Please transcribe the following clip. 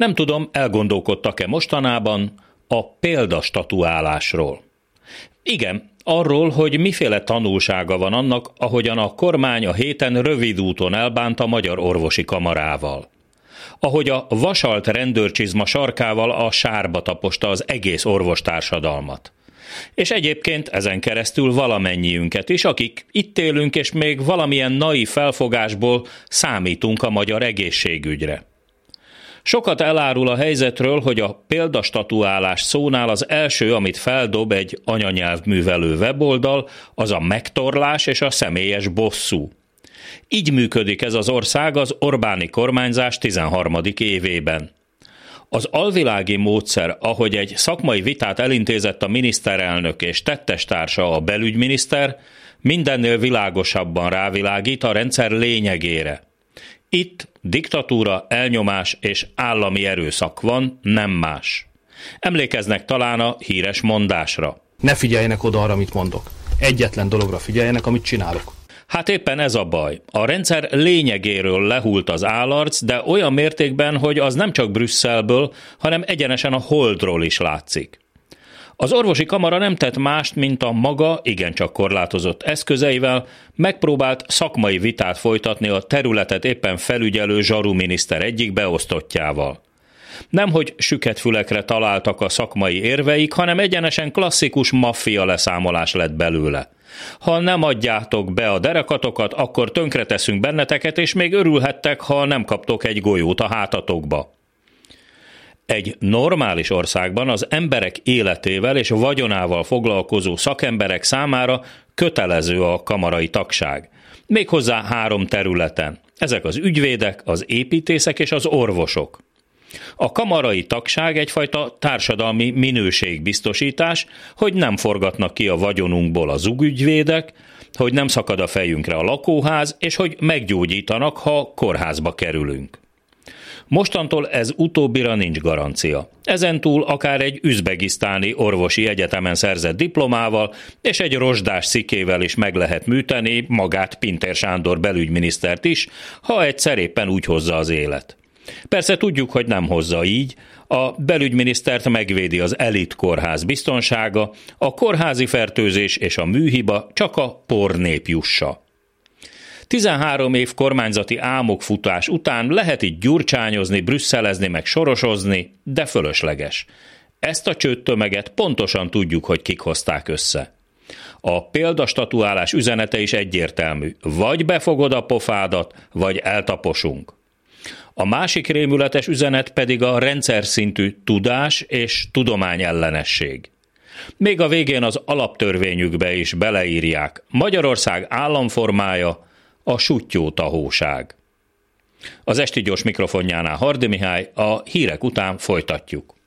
Nem tudom, elgondolkodtak-e mostanában a példastatuálásról. Igen, arról, hogy miféle tanulsága van annak, ahogyan a kormány a héten rövid úton elbánt a Magyar Orvosi Kamarával. Ahogy a vasalt rendőrcsizma sarkával a sárba taposta az egész orvostársadalmat. És egyébként ezen keresztül valamennyiünket is, akik itt élünk, és még valamilyen naív felfogásból számítunk a magyar egészségügyre. Sokat elárul a helyzetről, hogy a példastatuálás szónál az első, amit feldob egy anyanyelvművelő weboldal, az a megtorlás és a személyes bosszú. Így működik ez az ország az Orbáni kormányzás 13. évében. Az alvilági módszer, ahogy egy szakmai vitát elintézett a miniszterelnök és tettestársa a belügyminiszter, mindennél világosabban rávilágít a rendszer lényegére. Itt diktatúra, elnyomás és állami erőszak van, nem más. Emlékeznek talán a híres mondásra. Ne figyeljenek oda arra, amit mondok. Egyetlen dologra figyeljenek, amit csinálok. Hát éppen ez a baj. A rendszer lényegéről lehult az állarc, de olyan mértékben, hogy az nem csak Brüsszelből, hanem egyenesen a Holdról is látszik. Az orvosi kamara nem tett mást, mint a maga, igencsak korlátozott eszközeivel megpróbált szakmai vitát folytatni a területet éppen felügyelő Zsaru miniszter egyik beosztottjával. Nemhogy süket fülekre találtak a szakmai érveik, hanem egyenesen klasszikus maffia leszámolás lett belőle. Ha nem adjátok be a derekatokat, akkor tönkreteszünk benneteket, és még örülhettek, ha nem kaptok egy golyót a hátatokba. Egy normális országban az emberek életével és vagyonával foglalkozó szakemberek számára kötelező a kamarai tagság. Méghozzá 3 területen. Ezek az ügyvédek, az építészek és az orvosok. A kamarai tagság egyfajta társadalmi minőségbiztosítás, hogy nem forgatnak ki a vagyonunkból a zugügyvédek, hogy nem szakad a fejünkre a lakóház, és hogy meggyógyítanak, ha kórházba kerülünk. Mostantól ez utóbbira nincs garancia. Ezentúl akár egy üzbegisztáni orvosi egyetemen szerzett diplomával és egy rozsdás szikével is meg lehet műteni magát Pintér Sándor belügyminisztert is, ha egyszer éppen úgy hozza az élet. Persze tudjuk, hogy nem hozza így, a belügyminisztert megvédi az elit kórház biztonsága, a kórházi fertőzés és a műhiba csak a pornép jussa. 13 év kormányzati álmokfutás után lehet itt gyurcsányozni, brüsszelezni meg sorosozni, de fölösleges. Ezt a csődtömeget pontosan tudjuk, hogy kik hozták össze. A példastatuálás üzenete is egyértelmű, vagy befogod a pofádat, vagy eltaposunk. A másik rémületes üzenet pedig a rendszer szintű tudás és tudományellenesség. Még a végén az alaptörvényükbe is beleírják, Magyarország államformája a suttyótahóság. Az esti gyors mikrofonjánál Hardy Mihály, a hírek után folytatjuk.